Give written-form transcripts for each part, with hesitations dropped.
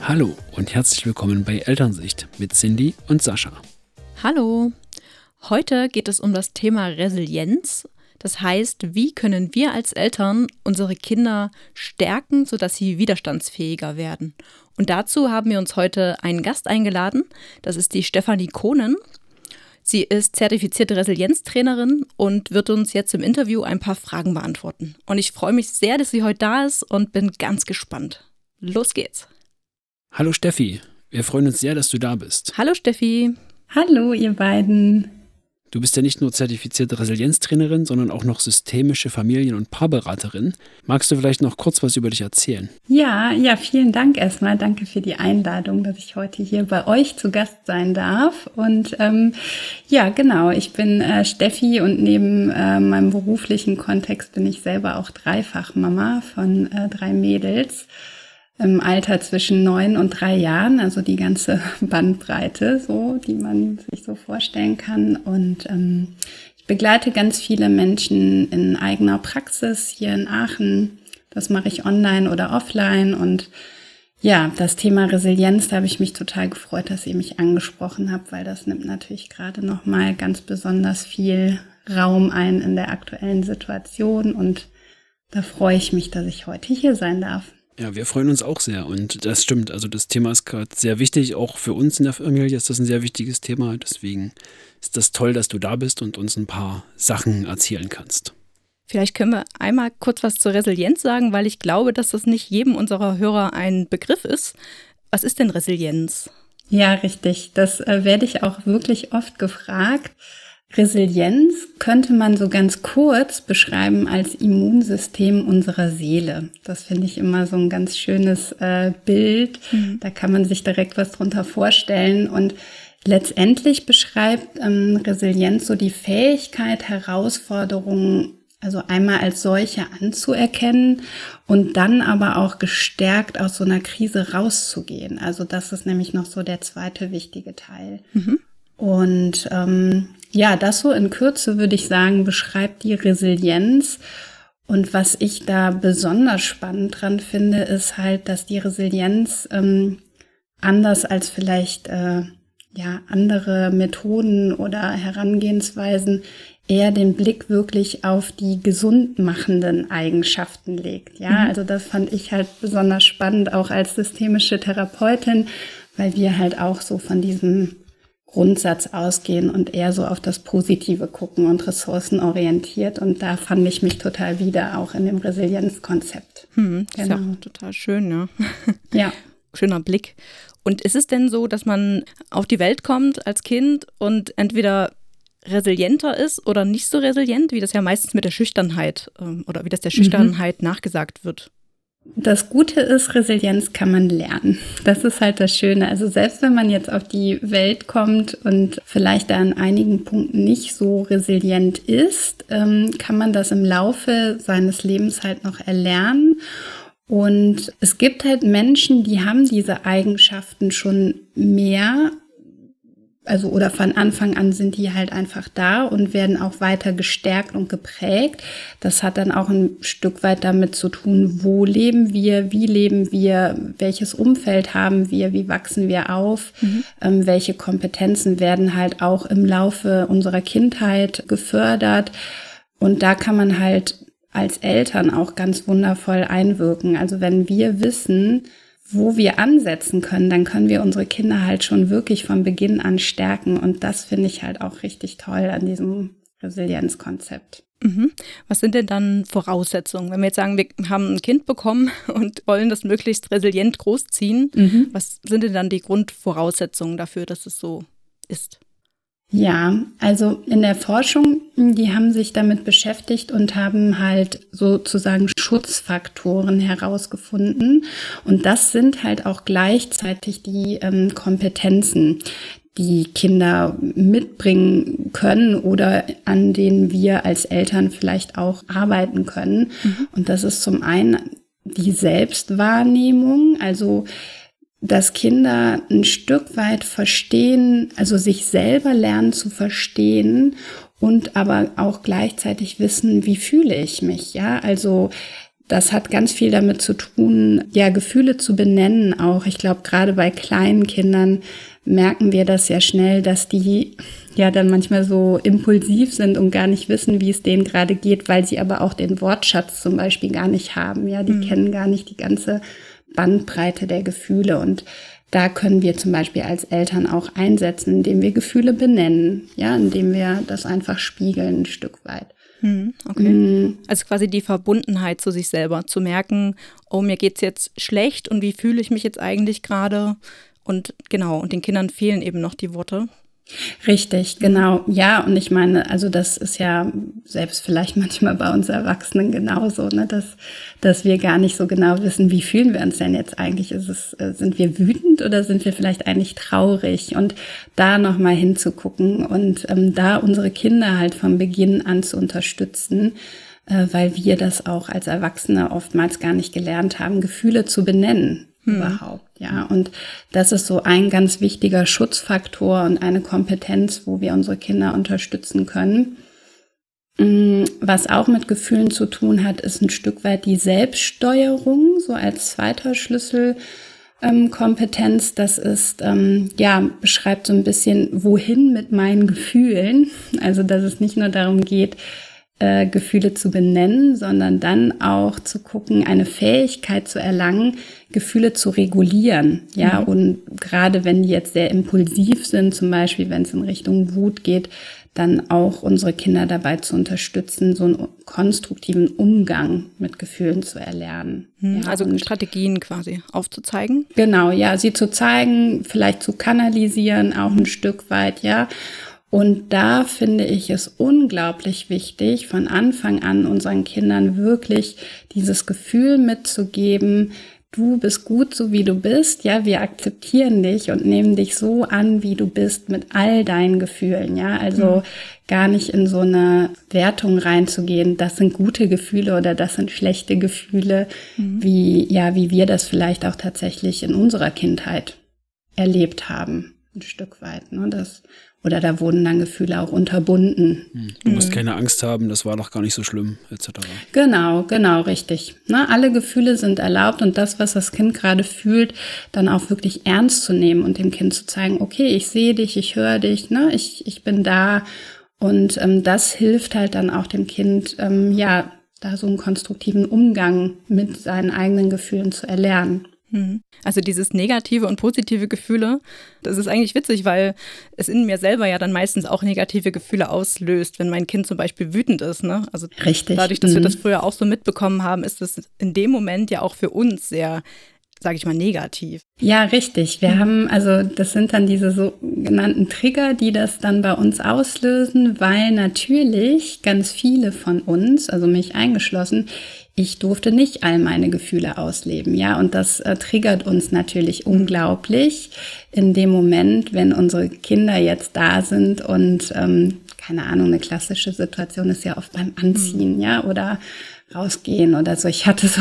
Hallo und herzlich willkommen bei Elternsicht mit Cindy und Sascha. Hallo, heute geht es um das Thema Resilienz. Das heißt, wie können wir als Eltern unsere Kinder stärken, sodass sie widerstandsfähiger werden? Und dazu haben wir uns heute einen Gast eingeladen. Das ist die Stefanie Kohnen. Sie ist zertifizierte Resilienztrainerin und wird uns jetzt im Interview ein paar Fragen beantworten. Und ich freue mich sehr, dass sie heute da ist und bin ganz gespannt. Los geht's. Hallo Steffi, wir freuen uns sehr, dass du da bist. Hallo Steffi. Hallo ihr beiden. Du bist ja nicht nur zertifizierte Resilienztrainerin, sondern auch noch systemische Familien- und Paarberaterin. Magst du vielleicht noch kurz was über dich erzählen? Ja, vielen Dank erstmal. Danke für die Einladung, dass ich heute hier bei euch zu Gast sein darf. Und genau, ich bin Steffi und neben meinem beruflichen Kontext bin ich selber auch Dreifachmama von 3 Mädels im Alter zwischen 9 und 3 Jahren, also die ganze Bandbreite, so, die man sich so vorstellen kann. Und ich begleite ganz viele Menschen in eigener Praxis hier in Aachen. Das mache ich online oder offline. Und ja, das Thema Resilienz, da habe ich mich total gefreut, dass ihr mich angesprochen habt, weil das nimmt natürlich gerade nochmal ganz besonders viel Raum ein in der aktuellen Situation. Und da freue ich mich, dass ich heute hier sein darf. Ja, wir freuen uns auch sehr und das stimmt. Also das Thema ist gerade sehr wichtig, auch für uns in der Familie ist das ein sehr wichtiges Thema. Deswegen ist das toll, dass du da bist und uns ein paar Sachen erzählen kannst. Vielleicht können wir einmal kurz was zur Resilienz sagen, weil ich glaube, dass das nicht jedem unserer Hörer ein Begriff ist. Was ist denn Resilienz? Ja, richtig. Das werde ich auch wirklich oft gefragt. Resilienz könnte man so ganz kurz beschreiben als Immunsystem unserer Seele. Das finde ich immer so ein ganz schönes Bild. Da kann man sich direkt was drunter vorstellen. Und letztendlich beschreibt Resilienz so die Fähigkeit, Herausforderungen also einmal als solche anzuerkennen und dann aber auch gestärkt aus so einer Krise rauszugehen. Also das ist nämlich noch so der zweite wichtige Teil. Und das so in Kürze würde ich sagen, beschreibt die Resilienz. Und was ich da besonders spannend dran finde, ist halt, dass die Resilienz anders als vielleicht andere Methoden oder Herangehensweisen eher den Blick wirklich auf die gesund machenden Eigenschaften legt. Ja, also das fand ich halt besonders spannend, auch als systemische Therapeutin, weil wir halt auch so von diesem Grundsatz ausgehen und eher so auf das Positive gucken und ressourcenorientiert. Und da fand ich mich total wieder, auch in dem Resilienzkonzept. Das ist ja auch total schön, ne? Ja. Schöner Blick. Und ist es denn so, dass man auf die Welt kommt als Kind und entweder resilienter ist oder nicht so resilient, wie das ja meistens mit der Schüchternheit oder wie das der Schüchternheit nachgesagt wird? Das Gute ist, Resilienz kann man lernen. Das ist halt das Schöne. Also selbst wenn man jetzt auf die Welt kommt und vielleicht da an einigen Punkten nicht so resilient ist, kann man das im Laufe seines Lebens halt noch erlernen. Und es gibt halt Menschen, die haben diese Eigenschaften schon mehr, also oder von Anfang an sind die halt einfach da und werden auch weiter gestärkt und geprägt. Das hat dann auch ein Stück weit damit zu tun, wo leben wir, wie leben wir, welches Umfeld haben wir, wie wachsen wir auf, welche Kompetenzen werden halt auch im Laufe unserer Kindheit gefördert. Und da kann man halt als Eltern auch ganz wundervoll einwirken. Also wenn wir wissen, wo wir ansetzen können, dann können wir unsere Kinder halt schon wirklich von Beginn an stärken. Und das finde ich halt auch richtig toll an diesem Resilienzkonzept. Was sind denn dann Voraussetzungen? Wenn wir jetzt sagen, wir haben ein Kind bekommen und wollen das möglichst resilient großziehen, was sind denn dann die Grundvoraussetzungen dafür, dass es so ist? Ja, also in der Forschung, die haben sich damit beschäftigt und haben halt sozusagen Schutzfaktoren herausgefunden. Und das sind halt auch gleichzeitig die Kompetenzen, die Kinder mitbringen können oder an denen wir als Eltern vielleicht auch arbeiten können. Und das ist zum einen die Selbstwahrnehmung, also dass Kinder ein Stück weit verstehen, also sich selber lernen zu verstehen und aber auch gleichzeitig wissen, wie fühle ich mich, ja, also das hat ganz viel damit zu tun, ja, Gefühle zu benennen auch. Ich glaube, gerade bei kleinen Kindern merken wir das ja schnell, dass die ja dann manchmal so impulsiv sind und gar nicht wissen, wie es denen gerade geht, weil sie aber auch den Wortschatz zum Beispiel gar nicht haben. Ja, die kennen gar nicht die ganze Bandbreite der Gefühle. Und da können wir zum Beispiel als Eltern auch einsetzen, indem wir Gefühle benennen, ja, indem wir das einfach spiegeln ein Stück weit. Okay. Also quasi die Verbundenheit zu sich selber, zu merken, oh, mir geht's jetzt schlecht und wie fühle ich mich jetzt eigentlich gerade? Und genau, und den Kindern fehlen eben noch die Worte. Richtig, genau. Ja, und ich meine, also das ist ja selbst vielleicht manchmal bei uns Erwachsenen genauso, ne, dass wir gar nicht so genau wissen, wie fühlen wir uns denn jetzt eigentlich? Sind wir wütend oder sind wir vielleicht eigentlich traurig? Und da nochmal hinzugucken und da unsere Kinder halt von Beginn an zu unterstützen, weil wir das auch als Erwachsene oftmals gar nicht gelernt haben, Gefühle zu benennen. Überhaupt, ja. Und das ist so ein ganz wichtiger Schutzfaktor und eine Kompetenz, wo wir unsere Kinder unterstützen können. Was auch mit Gefühlen zu tun hat, ist ein Stück weit die Selbststeuerung, so als zweiter Schlüsselkompetenz. Das ist, beschreibt so ein bisschen, wohin mit meinen Gefühlen. Also, dass es nicht nur darum geht, Gefühle zu benennen, sondern dann auch zu gucken, eine Fähigkeit zu erlangen, Gefühle zu regulieren. Ja, und gerade wenn die jetzt sehr impulsiv sind, zum Beispiel wenn es in Richtung Wut geht, dann auch unsere Kinder dabei zu unterstützen, so einen konstruktiven Umgang mit Gefühlen zu erlernen. Ja, also Strategien quasi aufzuzeigen? Genau, ja, sie zu zeigen, vielleicht zu kanalisieren, auch ein Stück weit, ja. Und da finde ich es unglaublich wichtig, von Anfang an unseren Kindern wirklich dieses Gefühl mitzugeben, du bist gut, so wie du bist, ja, wir akzeptieren dich und nehmen dich so an, wie du bist, mit all deinen Gefühlen, ja, also gar nicht in so eine Wertung reinzugehen, das sind gute Gefühle oder das sind schlechte Gefühle, wie wir das vielleicht auch tatsächlich in unserer Kindheit erlebt haben, ein Stück weit, ne, oder da wurden dann Gefühle auch unterbunden. Du musst keine Angst haben, das war doch gar nicht so schlimm, etc. Genau, richtig. Ne, alle Gefühle sind erlaubt und das, was das Kind gerade fühlt, dann auch wirklich ernst zu nehmen und dem Kind zu zeigen, okay, ich sehe dich, ich höre dich, ne, ich bin da. Und das hilft halt dann auch dem Kind, da so einen konstruktiven Umgang mit seinen eigenen Gefühlen zu erlernen. Also dieses negative und positive Gefühle, das ist eigentlich witzig, weil es in mir selber ja dann meistens auch negative Gefühle auslöst, wenn mein Kind zum Beispiel wütend ist, ne? Also richtig. Dadurch, dass wir das früher auch so mitbekommen haben, ist es in dem Moment ja auch für uns sehr, sage ich mal, negativ. Ja, richtig. Wir haben, also das sind dann diese sogenannten Trigger, die das dann bei uns auslösen, weil natürlich ganz viele von uns, also mich eingeschlossen, ich durfte nicht all meine Gefühle ausleben, ja, und das triggert uns natürlich unglaublich in dem Moment, wenn unsere Kinder jetzt da sind und, keine Ahnung, eine klassische Situation ist ja oft beim Anziehen, ja, oder rausgehen oder so. Ich hatte es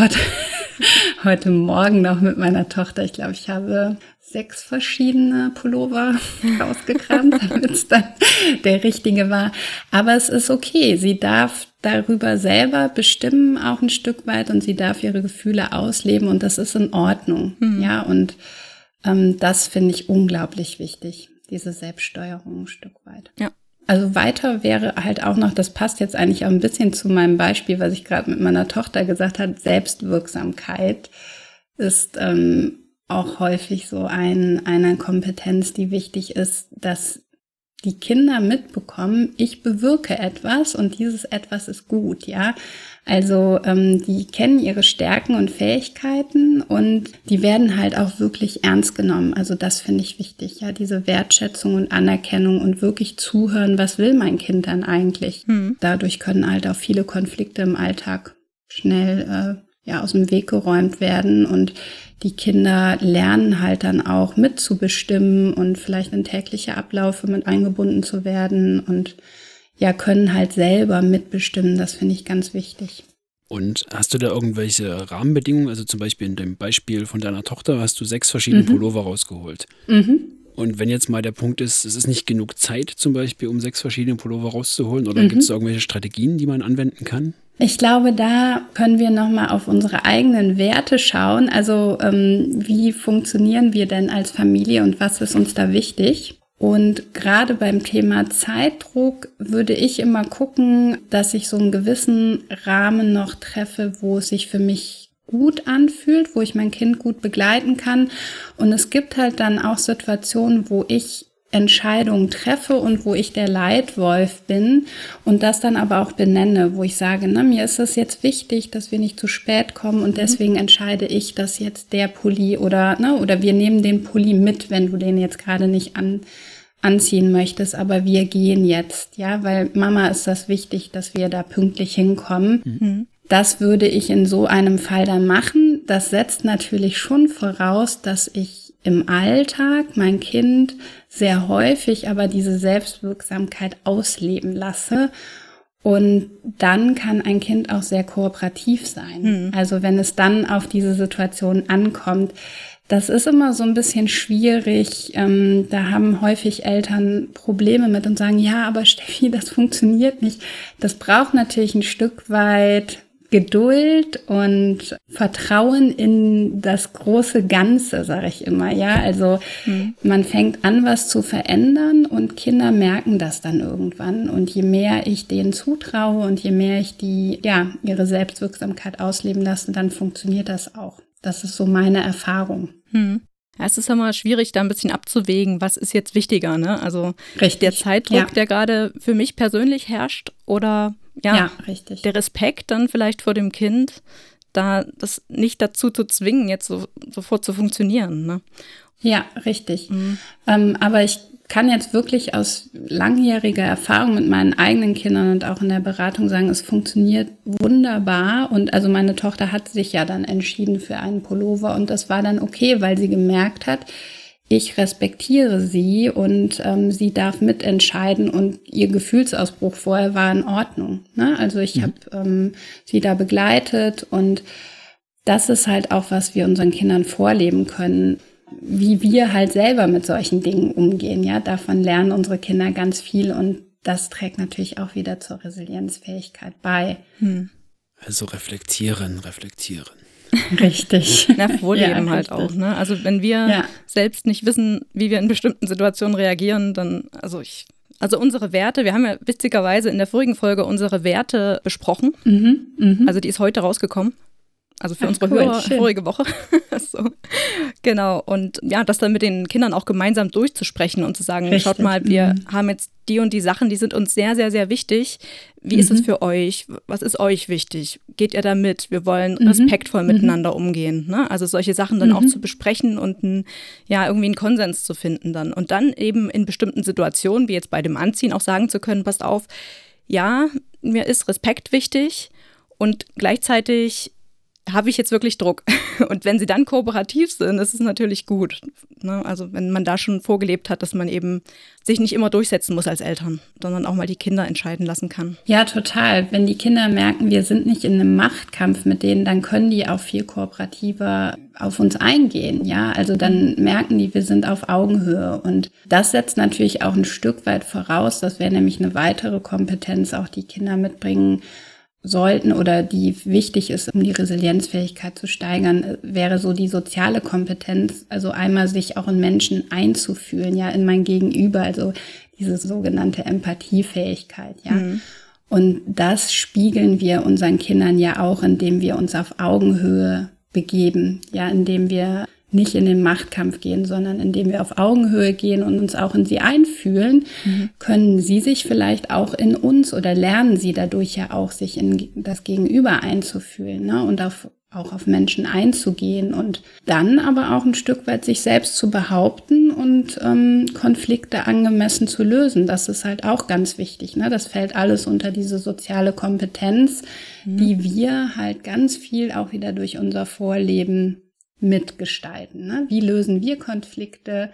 heute Morgen noch mit meiner Tochter, ich glaube, ich habe 6 verschiedene Pullover rausgekramt, damit es dann der richtige war. Aber es ist okay, sie darf darüber selber bestimmen auch ein Stück weit und sie darf ihre Gefühle ausleben und das ist in Ordnung. Ja, und das finde ich unglaublich wichtig, diese Selbststeuerung ein Stück weit. Ja. Also weiter wäre halt auch noch, das passt jetzt eigentlich auch ein bisschen zu meinem Beispiel, was ich gerade mit meiner Tochter gesagt habe, Selbstwirksamkeit ist auch häufig so eine Kompetenz, die wichtig ist, dass die Kinder mitbekommen, ich bewirke etwas und dieses etwas ist gut, ja. Also die kennen ihre Stärken und Fähigkeiten und die werden halt auch wirklich ernst genommen. Also das finde ich wichtig, ja, diese Wertschätzung und Anerkennung und wirklich zuhören, was will mein Kind dann eigentlich. Dadurch können halt auch viele Konflikte im Alltag schnell aus dem Weg geräumt werden und die Kinder lernen halt dann auch mitzubestimmen und vielleicht in tägliche Abläufe mit eingebunden zu werden und ja, können halt selber mitbestimmen. Das finde ich ganz wichtig. Und hast du da irgendwelche Rahmenbedingungen? Also zum Beispiel in dem Beispiel von deiner Tochter hast du 6 verschiedene Pullover rausgeholt. Und wenn jetzt mal der Punkt ist, es ist nicht genug Zeit zum Beispiel, um 6 verschiedene Pullover rauszuholen, oder gibt es da irgendwelche Strategien, die man anwenden kann? Ich glaube, da können wir nochmal auf unsere eigenen Werte schauen. Also wie funktionieren wir denn als Familie und was ist uns da wichtig? Und gerade beim Thema Zeitdruck würde ich immer gucken, dass ich so einen gewissen Rahmen noch treffe, wo es sich für mich gut anfühlt, wo ich mein Kind gut begleiten kann. Und es gibt halt dann auch Situationen, wo ich Entscheidungen treffe und wo ich der Leitwolf bin und das dann aber auch benenne, wo ich sage, mir ist es jetzt wichtig, dass wir nicht zu spät kommen und deswegen entscheide ich, dass jetzt der Pulli oder wir nehmen den Pulli mit, wenn du den jetzt gerade nicht anziehen möchtest, aber wir gehen jetzt, ja, weil Mama ist das wichtig, dass wir da pünktlich hinkommen. Mhm. Das würde ich in so einem Fall dann machen. Das setzt natürlich schon voraus, dass ich im Alltag mein Kind sehr häufig aber diese Selbstwirksamkeit ausleben lasse. Und dann kann ein Kind auch sehr kooperativ sein. Also wenn es dann auf diese Situation ankommt, das ist immer so ein bisschen schwierig. Da haben häufig Eltern Probleme mit und sagen, ja, aber Steffi, das funktioniert nicht. Das braucht natürlich ein Stück weit Geduld und Vertrauen in das große Ganze, sage ich immer, ja. Also man fängt an, was zu verändern und Kinder merken das dann irgendwann. Und je mehr ich denen zutraue und je mehr ich ihre Selbstwirksamkeit ausleben lasse, dann funktioniert das auch. Das ist so meine Erfahrung. Ja, es ist immer schwierig, da ein bisschen abzuwägen, was ist jetzt wichtiger, ne? Also richtig. Der Zeitdruck, der gerade für mich persönlich herrscht oder richtig. Der Respekt dann vielleicht vor dem Kind, da das nicht dazu zu zwingen, jetzt sofort zu funktionieren, ne? Ja, richtig. Aber ich kann jetzt wirklich aus langjähriger Erfahrung mit meinen eigenen Kindern und auch in der Beratung sagen, es funktioniert wunderbar. Und also meine Tochter hat sich ja dann entschieden für einen Pullover und das war dann okay, weil sie gemerkt hat, ich respektiere sie und sie darf mitentscheiden und ihr Gefühlsausbruch vorher war in Ordnung, ne? Also ich habe sie da begleitet und das ist halt auch, was wir unseren Kindern vorleben können, wie wir halt selber mit solchen Dingen umgehen, ja, davon lernen unsere Kinder ganz viel und das trägt natürlich auch wieder zur Resilienzfähigkeit bei. Also reflektieren. Richtig. Vorleben halt auch, ne? Also wenn wir selbst nicht wissen, wie wir in bestimmten Situationen reagieren, dann, also unsere Werte, wir haben ja witzigerweise in der vorigen Folge unsere Werte besprochen, also die ist heute rausgekommen. Also für unsere Hörer vorige Woche. So. Genau. Und ja, das dann mit den Kindern auch gemeinsam durchzusprechen und zu sagen, richtig. Schaut mal, wir haben jetzt die und die Sachen, die sind uns sehr, sehr, sehr wichtig. Wie ist es für euch? Was ist euch wichtig? Geht ihr da mit? Wir wollen respektvoll miteinander umgehen. Ne? Also solche Sachen dann auch zu besprechen und irgendwie einen Konsens zu finden dann. Und dann eben in bestimmten Situationen, wie jetzt bei dem Anziehen, auch sagen zu können, passt auf, ja, mir ist Respekt wichtig und gleichzeitig habe ich jetzt wirklich Druck. Und wenn sie dann kooperativ sind, ist es natürlich gut. Ne? Also wenn man da schon vorgelebt hat, dass man eben sich nicht immer durchsetzen muss als Eltern, sondern auch mal die Kinder entscheiden lassen kann. Ja, total. Wenn die Kinder merken, wir sind nicht in einem Machtkampf mit denen, dann können die auch viel kooperativer auf uns eingehen. Ja, also dann merken die, wir sind auf Augenhöhe. Und das setzt natürlich auch ein Stück weit voraus. Das wäre nämlich eine weitere Kompetenz, auch die Kinder mitbringen sollten oder die wichtig ist, um die Resilienzfähigkeit zu steigern, wäre so die soziale Kompetenz, also einmal sich auch in Menschen einzufühlen, ja, in mein Gegenüber, also diese sogenannte Empathiefähigkeit, ja. Und das spiegeln wir unseren Kindern ja auch, indem wir uns auf Augenhöhe begeben, ja, indem wir nicht in den Machtkampf gehen, sondern indem wir auf Augenhöhe gehen und uns auch in sie einfühlen, können sie sich vielleicht auch in uns oder lernen sie dadurch ja auch, sich in das Gegenüber einzufühlen, ne? Und auch auf Menschen einzugehen und dann aber auch ein Stück weit sich selbst zu behaupten und Konflikte angemessen zu lösen. Das ist halt auch ganz wichtig, ne? Das fällt alles unter diese soziale Kompetenz, die wir halt ganz viel auch wieder durch unser Vorleben mitgestalten. Ne? Wie lösen wir Konflikte?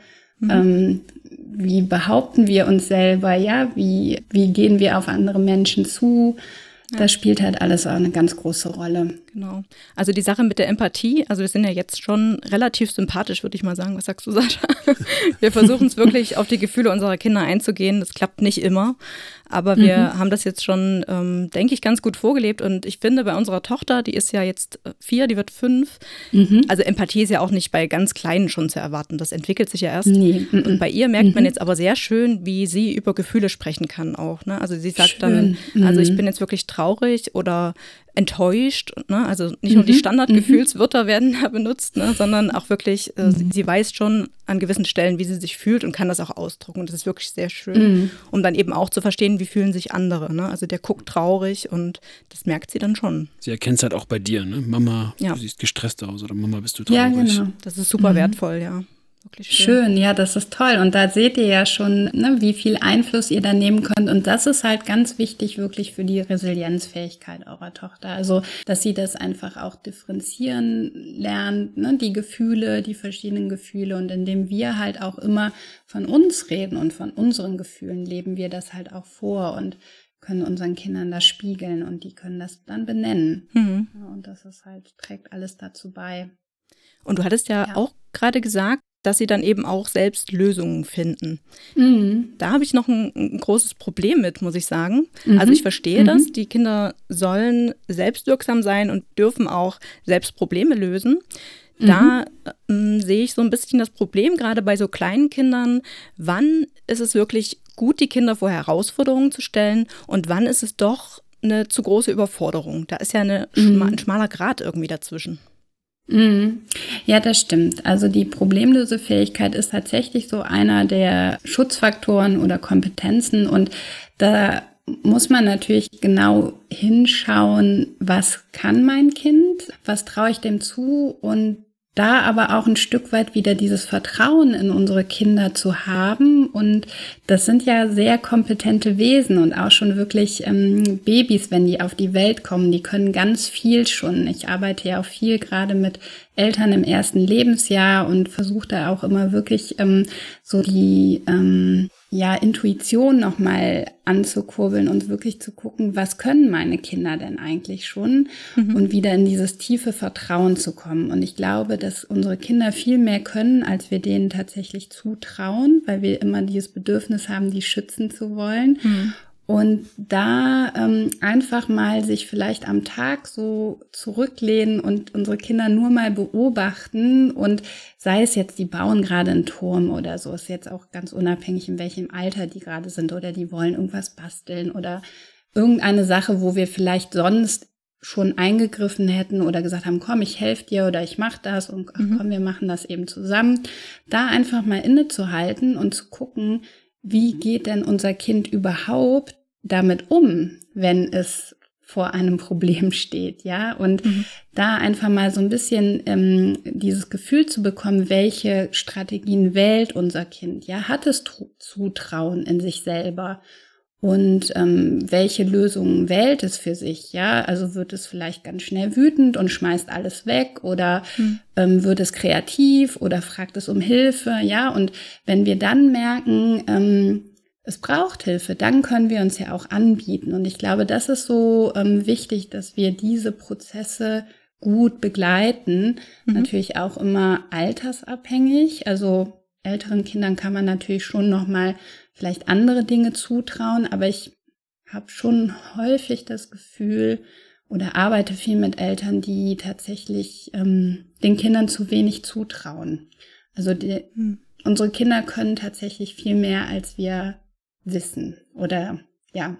Wie behaupten wir uns selber? Ja, wie gehen wir auf andere Menschen zu? Das spielt halt alles auch eine ganz große Rolle. Genau. Also die Sache mit der Empathie, also wir sind ja jetzt schon relativ sympathisch, würde ich mal sagen. Was sagst du, Sascha? Wir versuchen es wirklich auf die Gefühle unserer Kinder einzugehen. Das klappt nicht immer, aber wir haben das jetzt schon, denke ich, ganz gut vorgelebt. Und ich finde, bei unserer Tochter, die ist ja jetzt 4, die wird 5, also Empathie ist ja auch nicht bei ganz Kleinen schon zu erwarten. Das entwickelt sich ja erst. Nee. Und bei ihr merkt man jetzt aber sehr schön, wie sie über Gefühle sprechen kann auch. Ne? Also sie sagt dann, also ich bin jetzt wirklich traurig oder enttäuscht, ne? Also nicht nur die Standardgefühlswörter werden da benutzt, ne? Sondern auch wirklich, sie weiß schon an gewissen Stellen, wie sie sich fühlt und kann das auch ausdrücken. Und das ist wirklich sehr schön, um dann eben auch zu verstehen, wie fühlen sich andere. Ne? Also der guckt traurig und das merkt sie dann schon. Sie erkennt es halt auch bei dir, ne? Mama, du siehst gestresst aus oder Mama, bist du traurig. Ja, genau. Das ist super wertvoll, ja. Schön, ja, das ist toll. Und da seht ihr ja schon, ne, wie viel Einfluss ihr da nehmen könnt. Und das ist halt ganz wichtig wirklich für die Resilienzfähigkeit eurer Tochter. Also, dass sie das einfach auch differenzieren lernt, ne, die Gefühle, die verschiedenen Gefühle. Und indem wir halt auch immer von uns reden und von unseren Gefühlen, leben wir das halt auch vor und können unseren Kindern das spiegeln und die können das dann benennen. Ja, und das ist halt, trägt alles dazu bei. Und du hattest ja auch gerade gesagt, dass sie dann eben auch selbst Lösungen finden. Da habe ich noch ein großes Problem mit, muss ich sagen. Also ich verstehe das, die Kinder sollen selbstwirksam sein und dürfen auch selbst Probleme lösen. Da sehe ich so ein bisschen das Problem, gerade bei so kleinen Kindern, wann ist es wirklich gut, die Kinder vor Herausforderungen zu stellen und wann ist es doch eine zu große Überforderung. Da ist ja ein schmaler Grat irgendwie dazwischen. Ja, das stimmt. Also die Problemlösefähigkeit ist tatsächlich so einer der Schutzfaktoren oder Kompetenzen und da muss man natürlich genau hinschauen, was kann mein Kind, was traue ich dem zu und da aber auch ein Stück weit wieder dieses Vertrauen in unsere Kinder zu haben. Und das sind ja sehr kompetente Wesen und auch schon wirklich Babys, wenn die auf die Welt kommen, die können ganz viel schon. Ich arbeite ja auch viel gerade mit Eltern im ersten Lebensjahr und versuche da auch immer wirklich so die Intuition nochmal anzukurbeln und wirklich zu gucken, was können meine Kinder denn eigentlich schon und wieder in dieses tiefe Vertrauen zu kommen. Und ich glaube, dass unsere Kinder viel mehr können, als wir denen tatsächlich zutrauen, weil wir immer dieses Bedürfnis haben, die schützen zu wollen. Und da einfach mal sich vielleicht am Tag so zurücklehnen und unsere Kinder nur mal beobachten und sei es jetzt, die bauen gerade einen Turm oder so, ist jetzt auch ganz unabhängig, in welchem Alter die gerade sind oder die wollen irgendwas basteln oder irgendeine Sache, wo wir vielleicht sonst schon eingegriffen hätten oder gesagt haben, komm, ich helfe dir oder ich mache das und ach, komm, wir machen das eben zusammen. Da einfach mal innezuhalten und zu gucken, wie geht denn unser Kind überhaupt damit um, wenn es vor einem Problem steht, ja? Und da einfach mal so ein bisschen dieses Gefühl zu bekommen, welche Strategien wählt unser Kind, ja? Hat es Zutrauen in sich selber? Und welche Lösungen wählt es für sich, ja? Also wird es vielleicht ganz schnell wütend und schmeißt alles weg oder wird es kreativ oder fragt es um Hilfe, ja? Und wenn wir dann merken, es braucht Hilfe, dann können wir uns ja auch anbieten. Und ich glaube, das ist so wichtig, dass wir diese Prozesse gut begleiten. Natürlich auch immer altersabhängig. Also älteren Kindern kann man natürlich schon nochmal vielleicht andere Dinge zutrauen. Aber ich habe schon häufig das Gefühl oder arbeite viel mit Eltern, die tatsächlich den Kindern zu wenig zutrauen. Also unsere Kinder können tatsächlich viel mehr, als wir wissen oder ja.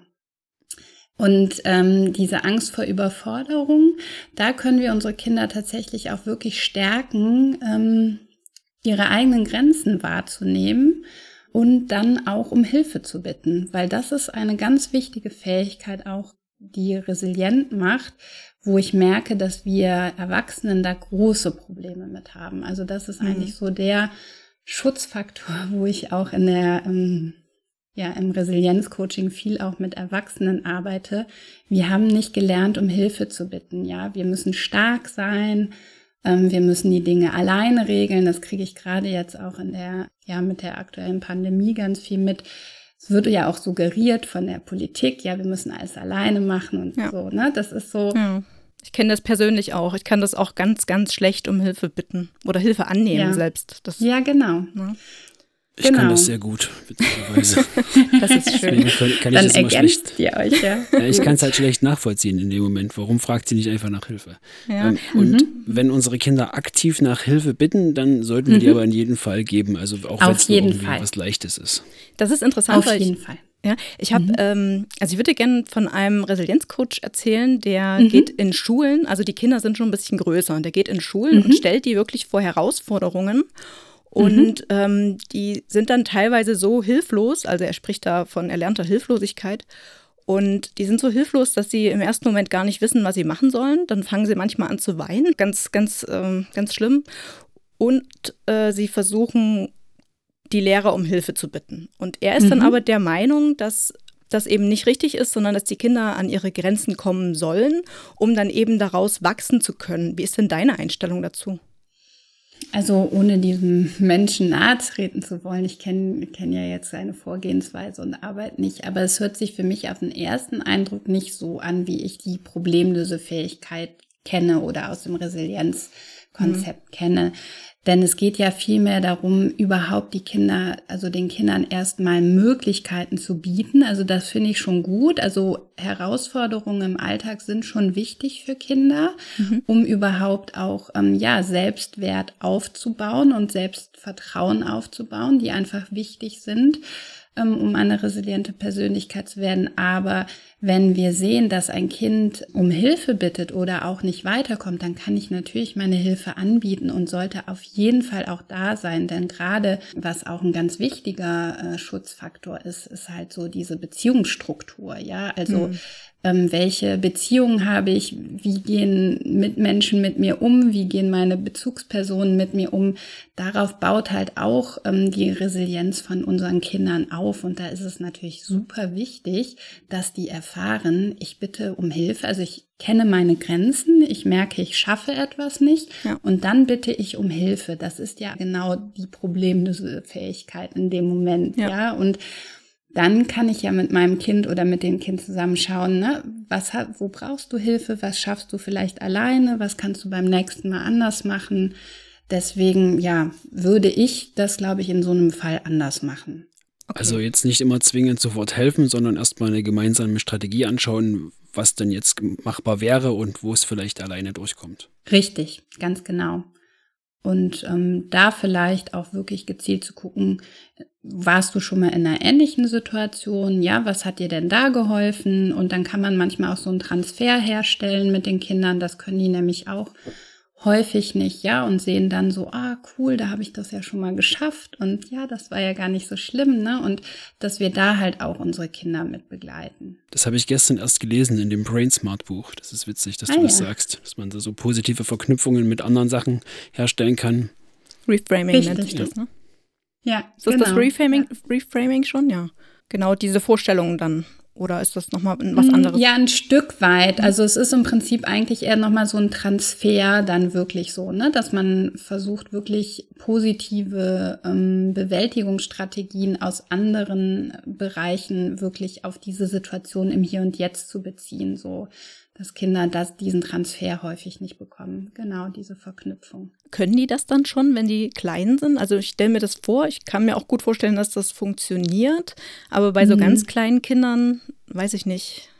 Und diese Angst vor Überforderung, da können wir unsere Kinder tatsächlich auch wirklich stärken, ihre eigenen Grenzen wahrzunehmen und dann auch um Hilfe zu bitten, weil das ist eine ganz wichtige Fähigkeit auch, die resilient macht, wo ich merke, dass wir Erwachsenen da große Probleme mit haben. Also das ist eigentlich so der Schutzfaktor, wo ich auch in der im Resilienzcoaching viel auch mit Erwachsenen arbeite. Wir haben nicht gelernt, um Hilfe zu bitten. Ja, wir müssen stark sein. Wir müssen die Dinge alleine regeln. Das kriege ich gerade jetzt auch mit der aktuellen Pandemie ganz viel mit. Es wird ja auch suggeriert von der Politik, ja, wir müssen alles alleine machen und so, ne? Das ist so. Ja. Ich kenne das persönlich auch. Ich kann das auch ganz, ganz schlecht um Hilfe bitten oder Hilfe annehmen selbst. Ja, genau. Ja. Ich kann das sehr gut, witzigerweise. Das ist schön. Kann Dann ich das immer ergänzt schlecht. ihr euch, ja. Ja, ich kann es halt schlecht nachvollziehen in dem Moment. Warum fragt sie nicht einfach nach Hilfe? Ja. Und wenn unsere Kinder aktiv nach Hilfe bitten, dann sollten wir die aber in jedem Fall geben. Also auch wenn es nur irgendwie was Leichtes ist. Das ist interessant. Auf jeden Fall. Ja, ich habe, also ich würde gerne von einem Resilienzcoach erzählen, der geht in Schulen, also die Kinder sind schon ein bisschen größer und der geht in Schulen und stellt die wirklich vor Herausforderungen. Und die sind dann teilweise so hilflos, also er spricht da von erlernter Hilflosigkeit. Und die sind so hilflos, dass sie im ersten Moment gar nicht wissen, was sie machen sollen. Dann fangen sie manchmal an zu weinen, ganz schlimm. Und sie versuchen, die Lehrer um Hilfe zu bitten. Und er ist dann aber der Meinung, dass das eben nicht richtig ist, sondern dass die Kinder an ihre Grenzen kommen sollen, um dann eben daraus wachsen zu können. Wie ist denn deine Einstellung dazu? Also ohne diesem Menschen nahe treten zu wollen, ich kenn ja jetzt seine Vorgehensweise und Arbeit nicht, aber es hört sich für mich auf den ersten Eindruck nicht so an, wie ich die Problemlösefähigkeit kenne oder aus dem Resilienzkonzept kenne. Denn es geht ja vielmehr darum, überhaupt den Kindern erstmal Möglichkeiten zu bieten. Also das finde ich schon gut. Also Herausforderungen im Alltag sind schon wichtig für Kinder, um überhaupt auch Selbstwert aufzubauen und Selbstvertrauen aufzubauen, die einfach wichtig sind, um eine resiliente Persönlichkeit zu werden. Aber wenn wir sehen, dass ein Kind um Hilfe bittet oder auch nicht weiterkommt, dann kann ich natürlich meine Hilfe anbieten und sollte auf jeden Fall auch da sein. Denn gerade, was auch ein ganz wichtiger Schutzfaktor ist, ist halt so diese Beziehungsstruktur. Ja, also welche Beziehungen habe ich? Wie gehen Mitmenschen mit mir um? Wie gehen meine Bezugspersonen mit mir um? Darauf baut halt auch die Resilienz von unseren Kindern auf. Und da ist es natürlich super wichtig, dass die erfahren, ich bitte um Hilfe. Also ich kenne meine Grenzen, ich merke, ich schaffe etwas nicht und dann bitte ich um Hilfe. Das ist ja genau die Problemlösefähigkeit in dem Moment. Ja, und dann kann ich ja mit meinem Kind oder mit dem Kind zusammen schauen, ne, wo brauchst du Hilfe, was schaffst du vielleicht alleine, was kannst du beim nächsten Mal anders machen. Deswegen, würde ich das, glaube ich, in so einem Fall anders machen. Okay. Also jetzt nicht immer zwingend sofort helfen, sondern erstmal eine gemeinsame Strategie anschauen, was denn jetzt machbar wäre und wo es vielleicht alleine durchkommt. Richtig, ganz genau. Und da vielleicht auch wirklich gezielt zu gucken, warst du schon mal in einer ähnlichen Situation? Ja, was hat dir denn da geholfen? Und dann kann man manchmal auch so einen Transfer herstellen mit den Kindern. Das können die nämlich auch häufig nicht, und sehen dann so, cool, da habe ich das ja schon mal geschafft und das war ja gar nicht so schlimm, ne? Und dass wir da halt auch unsere Kinder mit begleiten. Das habe ich gestern erst gelesen in dem Brain Smart Buch. Das ist witzig, dass du das sagst, dass man da so positive Verknüpfungen mit anderen Sachen herstellen kann. Reframing nennt sich das, ne? Ja, ist das das Reframing schon? Ja. Genau, diese Vorstellungen dann. Oder ist das nochmal was anderes? Ja, ein Stück weit. Also es ist im Prinzip eigentlich eher nochmal so ein Transfer dann wirklich so, ne, dass man versucht, wirklich positive Bewältigungsstrategien aus anderen Bereichen wirklich auf diese Situation im Hier und Jetzt zu beziehen, so dass Kinder diesen Transfer häufig nicht bekommen. Genau, diese Verknüpfung. Können die das dann schon, wenn die klein sind? Also ich stelle mir das vor, ich kann mir auch gut vorstellen, dass das funktioniert, aber bei so ganz kleinen Kindern weiß ich nicht.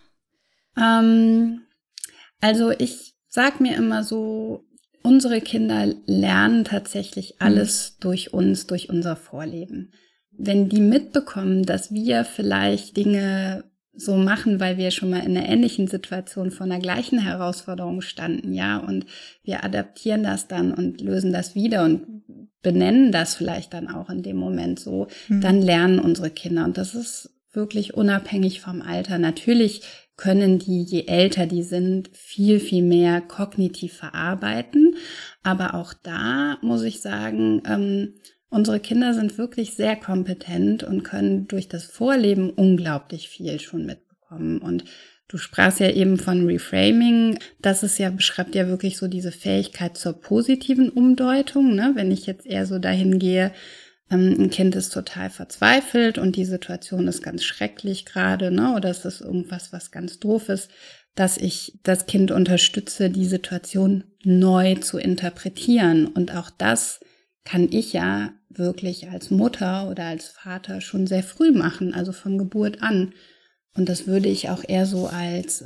Also ich sag mir immer so, unsere Kinder lernen tatsächlich alles durch uns, durch unser Vorleben. Wenn die mitbekommen, dass wir vielleicht Dinge so machen, weil wir schon mal in einer ähnlichen Situation vor einer gleichen Herausforderung standen, und wir adaptieren das dann und lösen das wieder und benennen das vielleicht dann auch in dem Moment so, dann lernen unsere Kinder und das ist wirklich unabhängig vom Alter. Natürlich können die, je älter die sind, viel, viel mehr kognitiv verarbeiten, aber auch da muss ich sagen, unsere Kinder sind wirklich sehr kompetent und können durch das Vorleben unglaublich viel schon mitbekommen. Und du sprachst ja eben von Reframing. Das ist beschreibt ja wirklich so diese Fähigkeit zur positiven Umdeutung, ne? Wenn ich jetzt eher so dahin gehe, ein Kind ist total verzweifelt und die Situation ist ganz schrecklich gerade, ne? Oder es ist irgendwas, was ganz doof ist, dass ich das Kind unterstütze, die Situation neu zu interpretieren. Und auch das kann ich ja wirklich als Mutter oder als Vater schon sehr früh machen, also von Geburt an. Und das würde ich auch eher so als,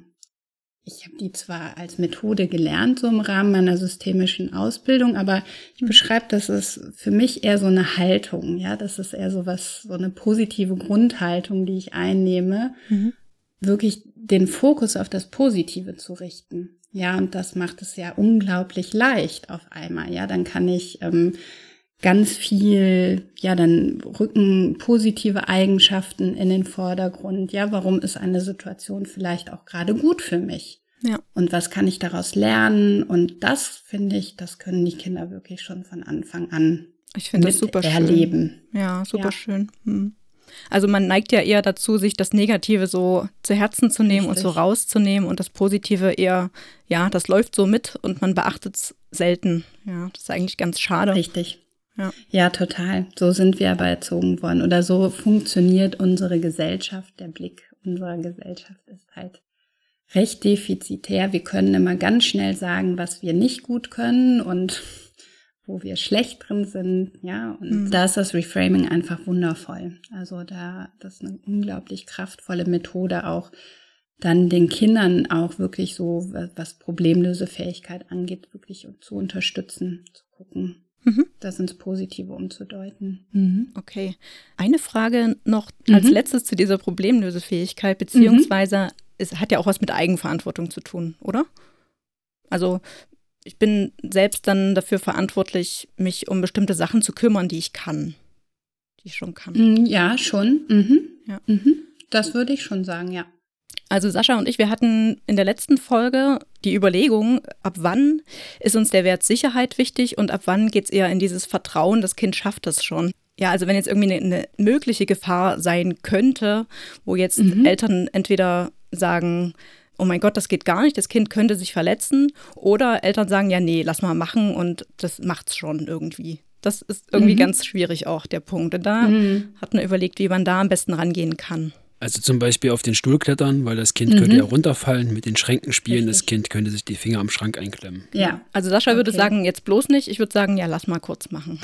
ich habe die zwar als Methode gelernt, so im Rahmen meiner systemischen Ausbildung, aber ich beschreibe, das ist für mich eher so eine Haltung, ja, das ist eher so eine positive Grundhaltung, die ich einnehme, wirklich den Fokus auf das Positive zu richten. Ja, und das macht es ja unglaublich leicht auf einmal. Ja, dann kann ich ganz viel, ja, dann rücken positive Eigenschaften in den Vordergrund. Ja, warum ist eine Situation vielleicht auch gerade gut für mich? Ja. Und was kann ich daraus lernen? Und das, finde ich, das können die Kinder wirklich schon von Anfang an ich finde das super erleben. Schön. Ja, super schön. Also man neigt ja eher dazu, sich das Negative so zu Herzen zu nehmen und so rauszunehmen und das Positive eher, ja, das läuft so mit und man beachtet es selten. Ja, das ist eigentlich ganz schade. Richtig. Ja, total. So sind wir aber erzogen worden oder so funktioniert unsere Gesellschaft. Der Blick unserer Gesellschaft ist halt recht defizitär. Wir können immer ganz schnell sagen, was wir nicht gut können und wo wir schlecht drin sind, ja, und da ist das Reframing einfach wundervoll. Also das ist eine unglaublich kraftvolle Methode auch, dann den Kindern auch wirklich so, was Problemlösefähigkeit angeht, wirklich zu unterstützen, zu gucken, das ins Positive umzudeuten. Okay. Eine Frage noch als letztes zu dieser Problemlösefähigkeit, beziehungsweise es hat ja auch was mit Eigenverantwortung zu tun, oder? Also ich bin selbst dann dafür verantwortlich, mich um bestimmte Sachen zu kümmern, die ich schon kann. Ja, schon. Ja. Das würde ich schon sagen, ja. Also Sascha und ich, wir hatten in der letzten Folge die Überlegung, ab wann ist uns der Wert Sicherheit wichtig und ab wann geht es eher in dieses Vertrauen, das Kind schafft das schon. Ja, also wenn jetzt irgendwie eine mögliche Gefahr sein könnte, wo jetzt Eltern entweder sagen, oh mein Gott, das geht gar nicht, das Kind könnte sich verletzen, oder Eltern sagen, ja, nee, lass mal machen und das macht's schon irgendwie. Das ist irgendwie ganz schwierig auch, der Punkt. Und da hat man überlegt, wie man da am besten rangehen kann. Also zum Beispiel auf den Stuhl klettern, weil das Kind könnte ja runterfallen, mit den Schränken spielen, das Kind könnte sich die Finger am Schrank einklemmen. Ja. Also Sascha würde sagen, jetzt bloß nicht. Ich würde sagen, ja, lass mal kurz machen.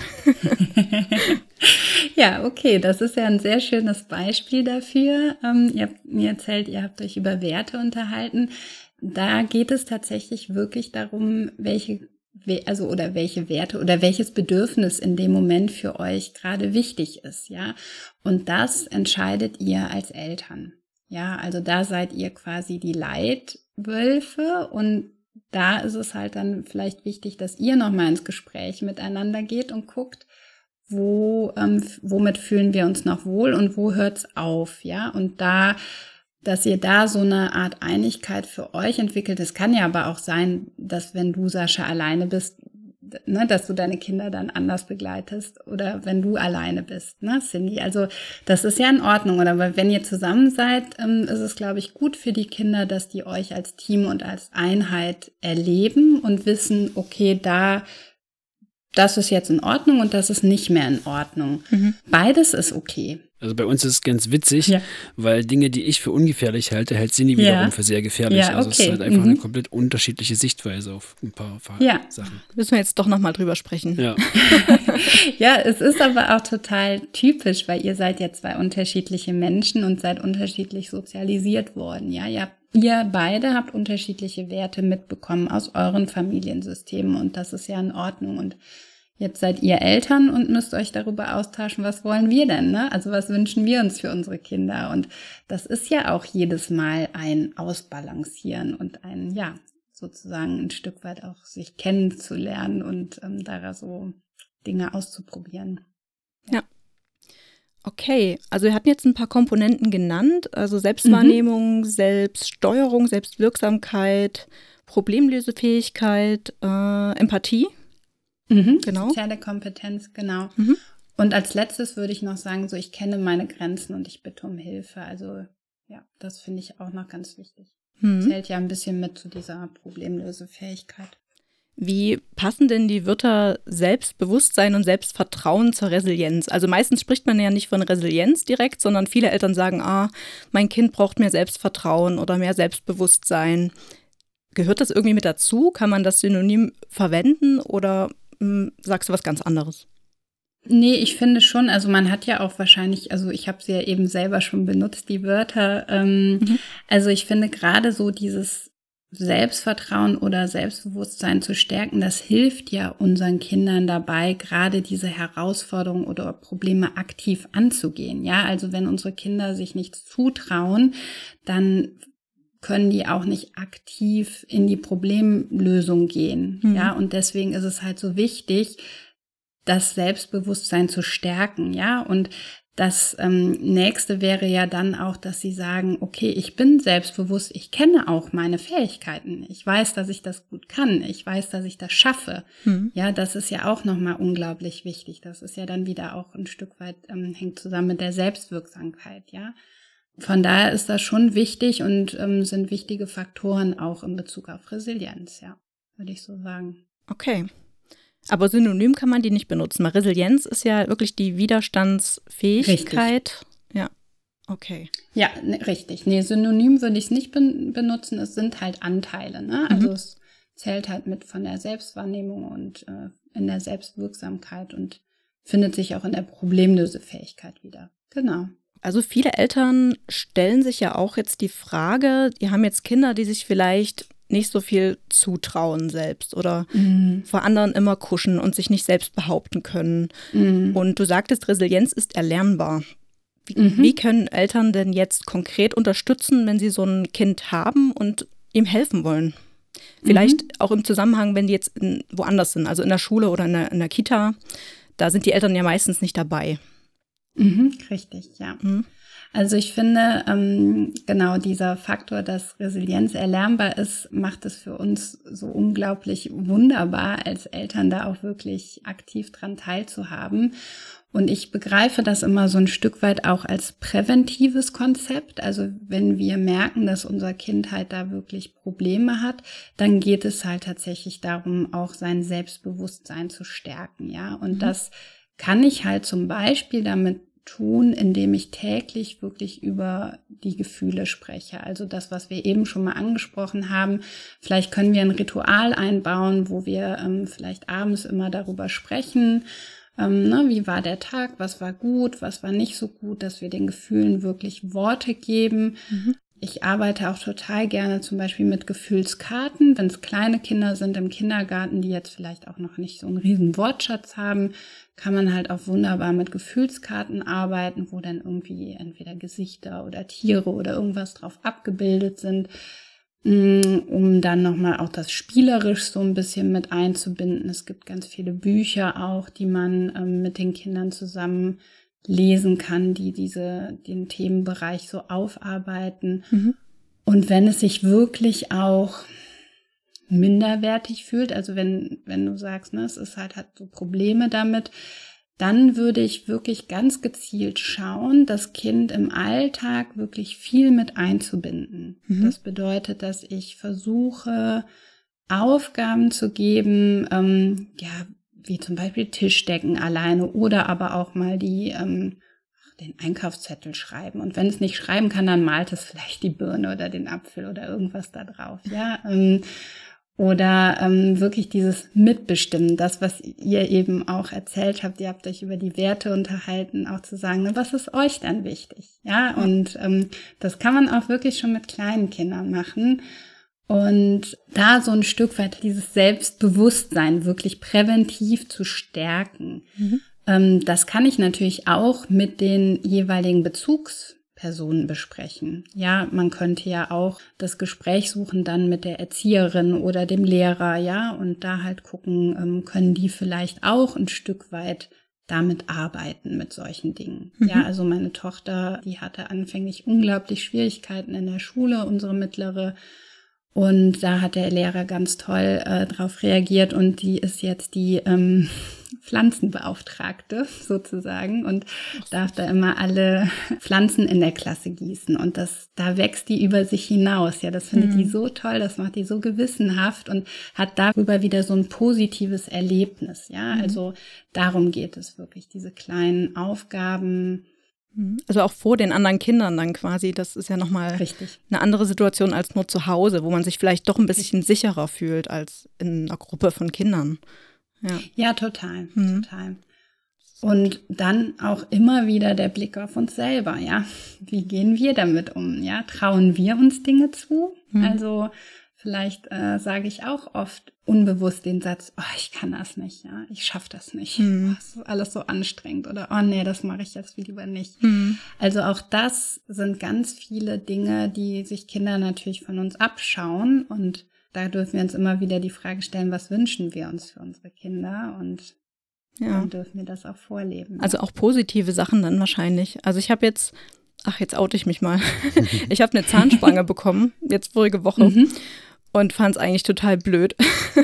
Ja, okay, das ist ja ein sehr schönes Beispiel dafür. Ihr habt mir erzählt, ihr habt euch über Werte unterhalten. Da geht es tatsächlich wirklich darum, welche Werte oder welches Bedürfnis in dem Moment für euch gerade wichtig ist, ja. Und das entscheidet ihr als Eltern. Ja, also da seid ihr quasi die Leitwölfe und da ist es halt dann vielleicht wichtig, dass ihr nochmal ins Gespräch miteinander geht und guckt, womit fühlen wir uns noch wohl und wo hört's auf, ja. Und dass ihr da so eine Art Einigkeit für euch entwickelt. Es kann ja aber auch sein, dass wenn du, Sascha, alleine bist, ne, dass du deine Kinder dann anders begleitest oder wenn du alleine bist, ne, Cindy. Also das ist ja in Ordnung. Oder wenn ihr zusammen seid, ist es, glaube ich, gut für die Kinder, dass die euch als Team und als Einheit erleben und wissen, okay, das ist jetzt in Ordnung und das ist nicht mehr in Ordnung. Beides ist okay. Also bei uns ist es ganz witzig, weil Dinge, die ich für ungefährlich halte, hält Cindy wiederum für sehr gefährlich. Ja, okay. Also es ist halt einfach eine komplett unterschiedliche Sichtweise auf ein paar Sachen. Müssen wir jetzt doch nochmal drüber sprechen. Ja. Ja, es ist aber auch total typisch, weil ihr seid ja zwei unterschiedliche Menschen und seid unterschiedlich sozialisiert worden. Ja, ihr beide habt unterschiedliche Werte mitbekommen aus euren Familiensystemen und das ist ja in Ordnung. Und jetzt seid ihr Eltern und müsst euch darüber austauschen, was wollen wir denn, ne? Also was wünschen wir uns für unsere Kinder? Und das ist ja auch jedes Mal ein Ausbalancieren und sozusagen ein Stück weit auch sich kennenzulernen und da so Dinge auszuprobieren. Ja. Okay, also wir hatten jetzt ein paar Komponenten genannt, also Selbstwahrnehmung, Selbststeuerung, Selbstwirksamkeit, Problemlösefähigkeit, Empathie. Genau. Soziale Kompetenz, genau. Und als letztes würde ich noch sagen, so ich kenne meine Grenzen und ich bitte um Hilfe. Also ja, das finde ich auch noch ganz wichtig. Zählt ja ein bisschen mit zu dieser Problemlösefähigkeit. Wie passen denn die Wörter Selbstbewusstsein und Selbstvertrauen zur Resilienz? Also meistens spricht man ja nicht von Resilienz direkt, sondern viele Eltern sagen, mein Kind braucht mehr Selbstvertrauen oder mehr Selbstbewusstsein. Gehört das irgendwie mit dazu? Kann man das synonym verwenden oder sagst du was ganz anderes? Nee, ich finde schon, also man hat ja auch wahrscheinlich, also ich habe sie ja eben selber schon benutzt, die Wörter. Also ich finde gerade so dieses Selbstvertrauen oder Selbstbewusstsein zu stärken, das hilft ja unseren Kindern dabei, gerade diese Herausforderungen oder Probleme aktiv anzugehen. Ja, also wenn unsere Kinder sich nichts zutrauen, dann können die auch nicht aktiv in die Problemlösung gehen. Ja, und deswegen ist es halt so wichtig, das Selbstbewusstsein zu stärken. Ja, und das nächste wäre ja dann auch, dass sie sagen, okay, ich bin selbstbewusst, ich kenne auch meine Fähigkeiten. Ich weiß, dass ich das gut kann. Ich weiß, dass ich das schaffe. Ja, das ist ja auch nochmal unglaublich wichtig. Das ist ja dann wieder auch ein Stück weit, hängt zusammen mit der Selbstwirksamkeit, ja. Von daher ist das schon wichtig und sind wichtige Faktoren auch in Bezug auf Resilienz, ja, würde ich so sagen. Okay. Aber synonym kann man die nicht benutzen. Weil Resilienz ist ja wirklich die Widerstandsfähigkeit. Richtig. Ja, okay. Ja, richtig. Nee, synonym würde ich es nicht benutzen. Es sind halt Anteile, ne? Also es zählt halt mit von der Selbstwahrnehmung und in der Selbstwirksamkeit und findet sich auch in der Problemlösefähigkeit wieder. Genau. Also viele Eltern stellen sich ja auch jetzt die Frage, die haben jetzt Kinder, die sich vielleicht nicht so viel zutrauen selbst oder vor anderen immer kuschen und sich nicht selbst behaupten können. Und du sagtest, Resilienz ist erlernbar. Wie können Eltern denn jetzt konkret unterstützen, wenn sie so ein Kind haben und ihm helfen wollen? Vielleicht auch im Zusammenhang, wenn die jetzt woanders sind, also in der Schule oder in der Kita, da sind die Eltern ja meistens nicht dabei. Richtig, ja. Also ich finde, genau dieser Faktor, dass Resilienz erlernbar ist, macht es für uns so unglaublich wunderbar, als Eltern da auch wirklich aktiv dran teilzuhaben. Und ich begreife das immer so ein Stück weit auch als präventives Konzept. Also wenn wir merken, dass unser Kind halt da wirklich Probleme hat, dann geht es halt tatsächlich darum, auch sein Selbstbewusstsein zu stärken, ja. Und das kann ich halt zum Beispiel damit tun, indem ich täglich wirklich über die Gefühle spreche. Also das, was wir eben schon mal angesprochen haben. Vielleicht können wir ein Ritual einbauen, wo wir vielleicht abends immer darüber sprechen, wie war der Tag, was war gut, was war nicht so gut, dass wir den Gefühlen wirklich Worte geben. Ich arbeite auch total gerne zum Beispiel mit Gefühlskarten, wenn es kleine Kinder sind im Kindergarten, die jetzt vielleicht auch noch nicht so einen riesen Wortschatz haben, kann man halt auch wunderbar mit Gefühlskarten arbeiten, wo dann irgendwie entweder Gesichter oder Tiere oder irgendwas drauf abgebildet sind, um dann nochmal auch das spielerisch so ein bisschen mit einzubinden. Es gibt ganz viele Bücher auch, die man mit den Kindern zusammen lesen kann, die den Themenbereich so aufarbeiten. Und wenn es sich wirklich auch minderwertig fühlt, also wenn du sagst, ne, es ist halt hat so Probleme damit, dann würde ich wirklich ganz gezielt schauen, das Kind im Alltag wirklich viel mit einzubinden. Das bedeutet, dass ich versuche, Aufgaben zu geben, wie zum Beispiel Tischdecken alleine oder aber auch mal den Einkaufszettel schreiben. Und wenn es nicht schreiben kann, dann malt es vielleicht die Birne oder den Apfel oder irgendwas da drauf. Ja, oder wirklich dieses Mitbestimmen, das, was ihr eben auch erzählt habt, ihr habt euch über die Werte unterhalten, auch zu sagen, was ist euch dann wichtig? Ja, und das kann man auch wirklich schon mit kleinen Kindern machen. Und da so ein Stück weit dieses Selbstbewusstsein wirklich präventiv zu stärken. Das kann ich natürlich auch mit den jeweiligen Bezugspersonen besprechen. Ja, man könnte ja auch das Gespräch suchen dann mit der Erzieherin oder dem Lehrer, ja, und da halt gucken, können die vielleicht auch ein Stück weit damit arbeiten mit solchen Dingen. Ja, also meine Tochter, die hatte anfänglich unglaublich Schwierigkeiten in der Schule, unsere mittlere. Und da hat der Lehrer ganz toll drauf reagiert und die ist jetzt die Pflanzenbeauftragte sozusagen und darf da immer alle Pflanzen in der Klasse gießen. Und da wächst die über sich hinaus. Ja, das findet die so toll, das macht die so gewissenhaft und hat darüber wieder so ein positives Erlebnis. Ja, also darum geht es wirklich, diese kleinen Aufgaben. Also auch vor den anderen Kindern dann quasi, das ist ja nochmal eine andere Situation als nur zu Hause, wo man sich vielleicht doch ein bisschen sicherer fühlt als in einer Gruppe von Kindern. Ja, total, total. Und dann auch immer wieder der Blick auf uns selber, ja. Wie gehen wir damit um, ja? Trauen wir uns Dinge zu? Also vielleicht sage ich auch oft unbewusst den Satz, oh, ich kann das nicht, ja, ich schaffe das nicht. Oh, das ist alles so anstrengend oder oh nee, das mache ich jetzt lieber nicht. Also auch das sind ganz viele Dinge, die sich Kinder natürlich von uns abschauen und da dürfen wir uns immer wieder die Frage stellen, was wünschen wir uns für unsere Kinder und dann dürfen wir das auch vorleben. Also auch positive Sachen dann wahrscheinlich. Also ich habe jetzt oute ich mich mal. Ich habe eine Zahnspange bekommen, jetzt vorige Woche. Und fand es eigentlich total blöd.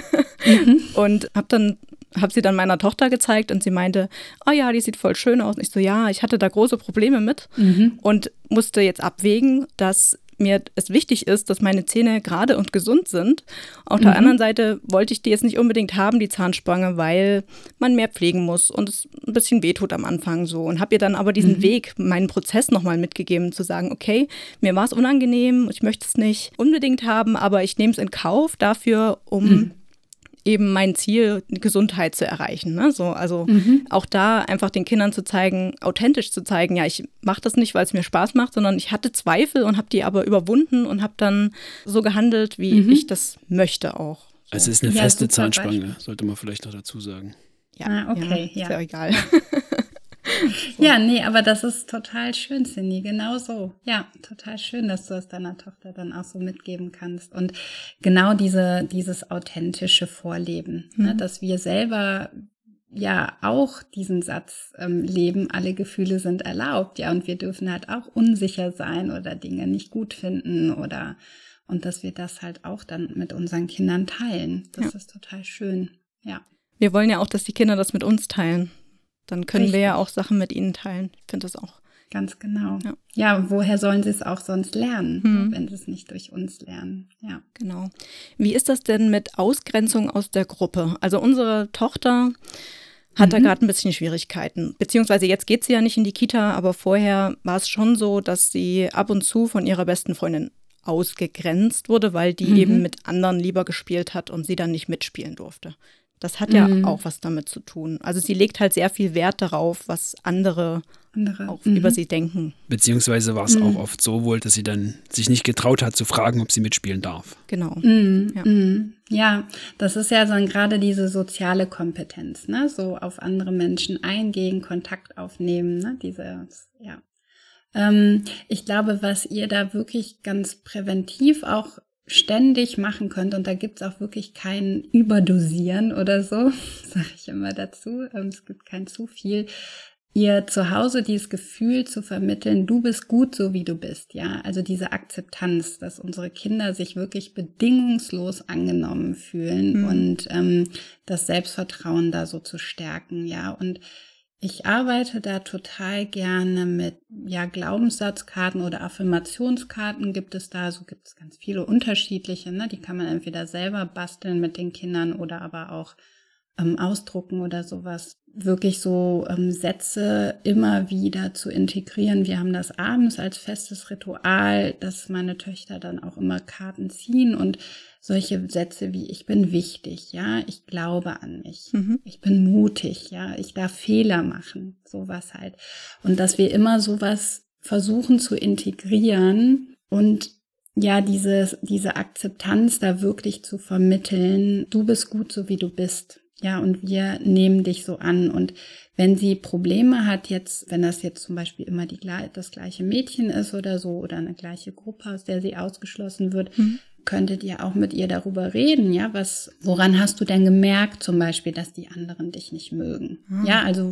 Und hab sie dann meiner Tochter gezeigt und sie meinte, oh ja, die sieht voll schön aus. Und ich so, ja, ich hatte da große Probleme mit und musste jetzt abwägen, dass mir es wichtig ist, dass meine Zähne gerade und gesund sind. Auf der anderen Seite wollte ich die jetzt nicht unbedingt haben, die Zahnspange, weil man mehr pflegen muss und es ein bisschen wehtut am Anfang so. Und habe ihr dann aber diesen Weg, meinen Prozess nochmal mitgegeben, zu sagen, okay, mir war es unangenehm, ich möchte es nicht unbedingt haben, aber ich nehme es in Kauf dafür, um eben mein Ziel, Gesundheit zu erreichen. Ne? So, also auch da einfach den Kindern zu zeigen, authentisch zu zeigen, ja, ich mache das nicht, weil es mir Spaß macht, sondern ich hatte Zweifel und habe die aber überwunden und habe dann so gehandelt, wie ich das möchte auch. So. Also es ist eine feste Zahnspange, sollte man vielleicht noch dazu sagen. Ja, okay, ist ja egal. So. Ja, nee, aber das ist total schön, Cindy, genau so. Ja, total schön, dass du es deiner Tochter dann auch so mitgeben kannst. Und genau dieses authentische Vorleben, ne, dass wir selber ja auch diesen Satz leben, alle Gefühle sind erlaubt, ja, und wir dürfen halt auch unsicher sein oder Dinge nicht gut finden und dass wir das halt auch dann mit unseren Kindern teilen. Das ist total schön, ja. Wir wollen ja auch, dass die Kinder das mit uns teilen. Dann können wir ja auch Sachen mit ihnen teilen. Ich finde das auch. Ganz genau. Ja, woher sollen sie es auch sonst lernen, wenn sie es nicht durch uns lernen? Ja. Genau. Wie ist das denn mit Ausgrenzung aus der Gruppe? Also unsere Tochter hat da gerade ein bisschen Schwierigkeiten. Beziehungsweise jetzt geht sie ja nicht in die Kita, aber vorher war es schon so, dass sie ab und zu von ihrer besten Freundin ausgegrenzt wurde, weil die eben mit anderen lieber gespielt hat und sie dann nicht mitspielen durfte. Das hat ja auch was damit zu tun. Also sie legt halt sehr viel Wert darauf, was andere auch über sie denken. Beziehungsweise war es auch oft so wohl, dass sie dann sich nicht getraut hat zu fragen, ob sie mitspielen darf. Genau. Ja, das ist ja so gerade diese soziale Kompetenz, ne? So auf andere Menschen eingehen, Kontakt aufnehmen, ne? Ich glaube, was ihr da wirklich ganz präventiv auch ständig machen könnt, und da gibt's auch wirklich kein Überdosieren oder so, sage ich immer dazu, es gibt kein zu viel, ihr zu Hause dieses Gefühl zu vermitteln, du bist gut, so wie du bist, ja, also diese Akzeptanz, dass unsere Kinder sich wirklich bedingungslos angenommen fühlen und das Selbstvertrauen da so zu stärken, ja, und ich arbeite da total gerne mit Glaubenssatzkarten oder Affirmationskarten gibt es ganz viele unterschiedliche, ne? Die kann man entweder selber basteln mit den Kindern oder aber auch ausdrucken oder sowas. Wirklich so Sätze immer wieder zu integrieren. Wir haben das abends als festes Ritual, dass meine Töchter dann auch immer Karten ziehen und solche Sätze wie ich bin wichtig, ja, ich glaube an mich, ich bin mutig, ja, ich darf Fehler machen, sowas halt. Und dass wir immer sowas versuchen zu integrieren und ja, diese Akzeptanz da wirklich zu vermitteln, du bist gut, so wie du bist. Ja, und wir nehmen dich so an. Und wenn sie Probleme hat wenn das jetzt zum Beispiel immer das gleiche Mädchen ist oder so, oder eine gleiche Gruppe, aus der sie ausgeschlossen wird, könntet ihr auch mit ihr darüber reden, ja, woran hast du denn gemerkt zum Beispiel, dass die anderen dich nicht mögen? Ja, also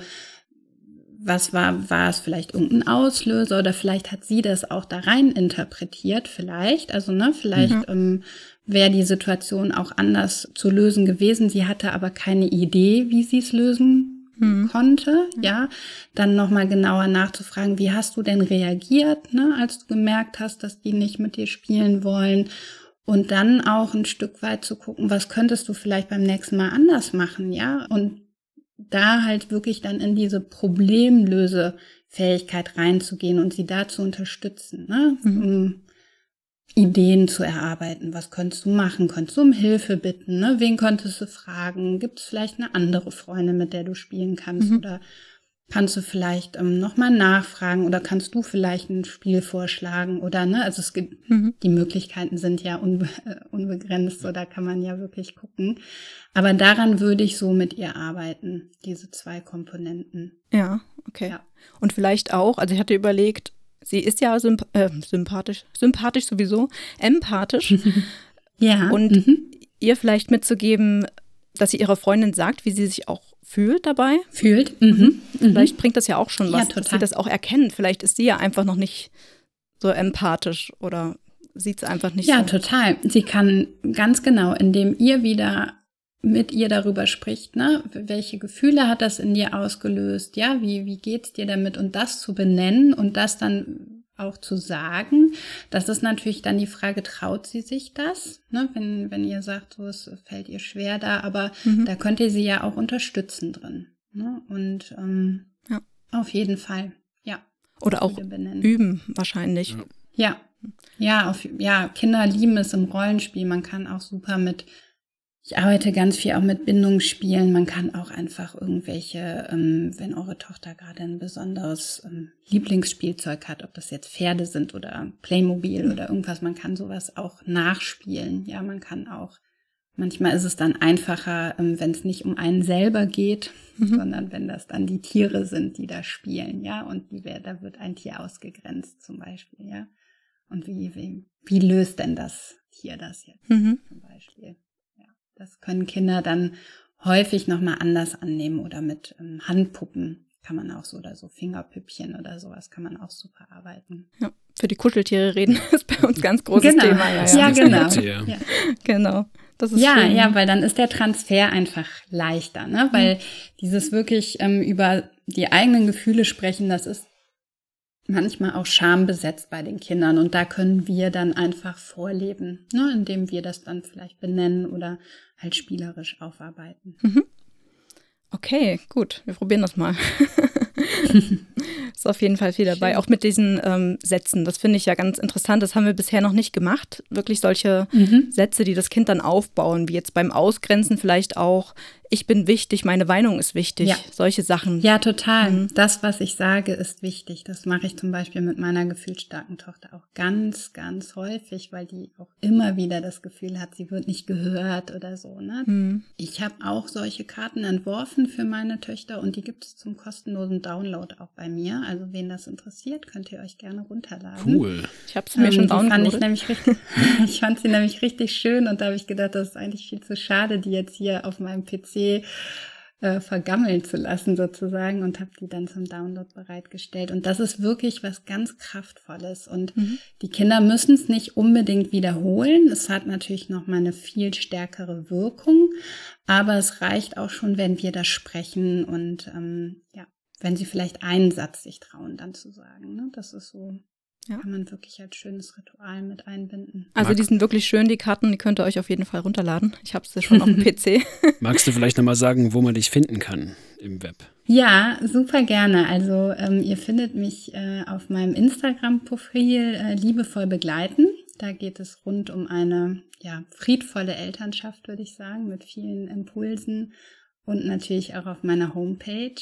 war es vielleicht irgendein Auslöser oder vielleicht hat sie das auch da rein interpretiert, vielleicht, also ne, vielleicht wäre die Situation auch anders zu lösen gewesen. Sie hatte aber keine Idee, wie sie es lösen konnte, ja, dann nochmal genauer nachzufragen, wie hast du denn reagiert, ne, als du gemerkt hast, dass die nicht mit dir spielen wollen, und dann auch ein Stück weit zu gucken, was könntest du vielleicht beim nächsten Mal anders machen, ja, und da halt wirklich dann in diese Problemlösefähigkeit reinzugehen und sie da zu unterstützen, ne, um Ideen zu erarbeiten. Was könntest du machen? Könntest du um Hilfe bitten? Ne? Wen könntest du fragen? Gibt es vielleicht eine andere Freundin, mit der du spielen kannst? Oder kannst du vielleicht nochmal nachfragen? Oder kannst du vielleicht ein Spiel vorschlagen? Oder, ne? Also es gibt, die Möglichkeiten sind ja unbegrenzt, so da kann man ja wirklich gucken. Aber daran würde ich so mit ihr arbeiten, diese 2 Komponenten. Ja, okay. Ja. Und vielleicht auch, also ich hatte überlegt, sie ist ja sympathisch sowieso, empathisch. Ja. Und ihr vielleicht mitzugeben, dass sie ihrer Freundin sagt, wie sie sich auch fühlt dabei. Vielleicht bringt das ja auch schon was, dass sie das auch erkennt. Vielleicht ist sie ja einfach noch nicht so empathisch oder sieht es einfach nicht so. Ja, total. Sie kann ganz genau, indem ihr wieder mit ihr darüber spricht, ne, welche Gefühle hat das in dir ausgelöst, ja, wie geht's dir damit, und das zu benennen und das dann auch zu sagen. Das ist natürlich dann die Frage, traut sie sich das, ne, wenn ihr sagt, so, es fällt ihr schwer da, aber da könnt ihr sie ja auch unterstützen drin, ne, und auf jeden Fall, ja. Oder auch üben wahrscheinlich. Ja, Kinder lieben es im Rollenspiel, man kann auch super ich arbeite ganz viel auch mit Bindungsspielen. Man kann auch einfach irgendwelche, wenn eure Tochter gerade ein besonderes Lieblingsspielzeug hat, ob das jetzt Pferde sind oder Playmobil oder irgendwas, man kann sowas auch nachspielen. Ja, man kann auch, manchmal ist es dann einfacher, wenn es nicht um einen selber geht, sondern wenn das dann die Tiere sind, die da spielen, ja, und da wird ein Tier ausgegrenzt zum Beispiel, ja. Und wie löst denn das Tier das jetzt zum Beispiel? Das können Kinder dann häufig nochmal anders annehmen, oder mit Handpuppen kann man auch so, oder so Fingerpüppchen oder sowas kann man auch super arbeiten. Ja, für die Kuscheltiere reden ist bei uns ganz großes Thema. Ja, genau. Ja. Genau. Das ist ja, schön. Ja, weil dann ist der Transfer einfach leichter, ne? Weil dieses wirklich über die eigenen Gefühle sprechen, das ist manchmal auch schambesetzt bei den Kindern, und da können wir dann einfach vorleben, ne, indem wir das dann vielleicht benennen oder halt spielerisch aufarbeiten. Okay, gut, wir probieren das mal. Ist auf jeden Fall viel dabei. Schön. Auch mit diesen Sätzen, das finde ich ja ganz interessant. Das haben wir bisher noch nicht gemacht. Wirklich solche Sätze, die das Kind dann aufbauen, wie jetzt beim Ausgrenzen vielleicht auch: Ich bin wichtig, meine Meinung ist wichtig. Ja. Solche Sachen. Ja, total. Das, was ich sage, ist wichtig. Das mache ich zum Beispiel mit meiner gefühlsstarken Tochter auch ganz, ganz häufig, weil die auch immer wieder das Gefühl hat, sie wird nicht gehört oder so, ne? Ich habe auch solche Karten entworfen für meine Töchter, und die gibt es zum kostenlosen Download auch bei mir. Also wen das interessiert, könnt ihr euch gerne runterladen. Cool. Ich habe sie mir schon downloadet. Ich fand sie nämlich richtig schön, und da habe ich gedacht, das ist eigentlich viel zu schade, die jetzt hier auf meinem PC vergammeln zu lassen sozusagen, und habe die dann zum Download bereitgestellt. Und das ist wirklich was ganz Kraftvolles, und die Kinder müssen es nicht unbedingt wiederholen. Es hat natürlich noch mal eine viel stärkere Wirkung, aber es reicht auch schon, wenn wir das sprechen und wenn sie vielleicht einen Satz sich trauen, dann zu sagen. Ne? Das ist so, kann man wirklich als schönes Ritual mit einbinden. Also die sind wirklich schön, die Karten, die könnt ihr euch auf jeden Fall runterladen. Ich habe sie schon auf dem PC. Magst du vielleicht nochmal sagen, wo man dich finden kann im Web? Ja, super gerne. Also ihr findet mich auf meinem Instagram-Profil liebevoll begleiten. Da geht es rund um eine friedvolle Elternschaft, würde ich sagen, mit vielen Impulsen. Und natürlich auch auf meiner Homepage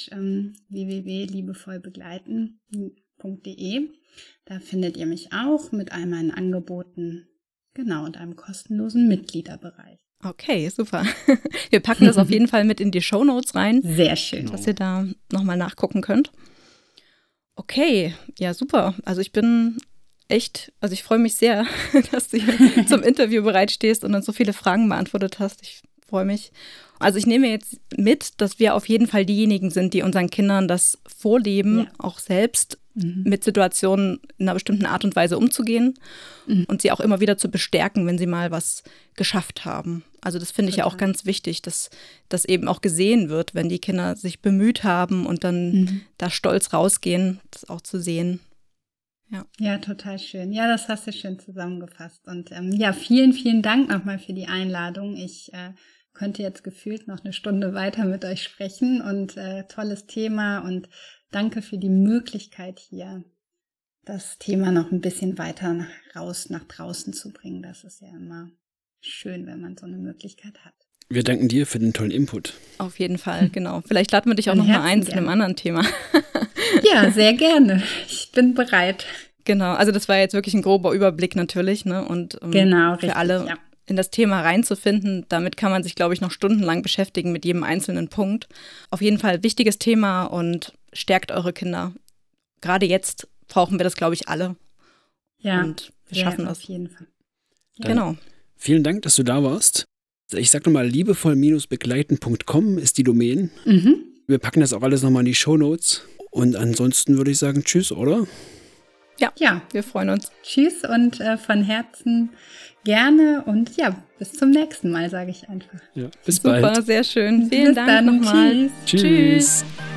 www.liebevollbegleiten.de. Da findet ihr mich auch mit all meinen Angeboten, und einem kostenlosen Mitgliederbereich. Okay, super. Wir packen das auf jeden Fall mit in die Shownotes rein. Sehr schön. Dass ihr da nochmal nachgucken könnt. Okay, ja, super. Also ich freue mich sehr, dass du hier zum Interview bereitstehst und uns so viele Fragen beantwortet hast. Ich freue mich. Also ich nehme jetzt mit, dass wir auf jeden Fall diejenigen sind, die unseren Kindern das vorleben, auch selbst mit Situationen in einer bestimmten Art und Weise umzugehen und sie auch immer wieder zu bestärken, wenn sie mal was geschafft haben. Also das finde ich ja auch ganz wichtig, dass das eben auch gesehen wird, wenn die Kinder sich bemüht haben und dann da stolz rausgehen, das auch zu sehen. Ja, total schön. Ja, das hast du schön zusammengefasst. Und vielen, vielen Dank nochmal für die Einladung. Ich könnte jetzt gefühlt noch eine Stunde weiter mit euch sprechen und tolles Thema und danke für die Möglichkeit hier, das Thema noch ein bisschen weiter nach draußen zu bringen. Das ist ja immer schön, wenn man so eine Möglichkeit hat. Wir danken dir für den tollen Input. Auf jeden Fall, genau. Vielleicht laden wir dich auch noch mal ein zu einem anderen Thema. Ja, sehr gerne. Ich bin bereit. Genau, also das war jetzt wirklich ein grober Überblick natürlich, ne? Und genau, für alle in das Thema reinzufinden, damit kann man sich, glaube ich, noch stundenlang beschäftigen mit jedem einzelnen Punkt. Auf jeden Fall wichtiges Thema und stärkt eure Kinder. Gerade jetzt brauchen wir das, glaube ich, alle. Ja, und wir schaffen das. Auf jeden Fall. Ja. Genau. Vielen Dank, dass du da warst. Ich sag nochmal, liebevoll-begleiten.com ist die Domain. Wir packen das auch alles nochmal in die Shownotes. Und ansonsten würde ich sagen, tschüss, oder? Ja, wir freuen uns. Tschüss und von Herzen gerne und bis zum nächsten Mal, sage ich einfach. Ja, bis bald. Super, sehr schön. Vielen bis Dank dann. nochmal. Tschüss. Tschüss.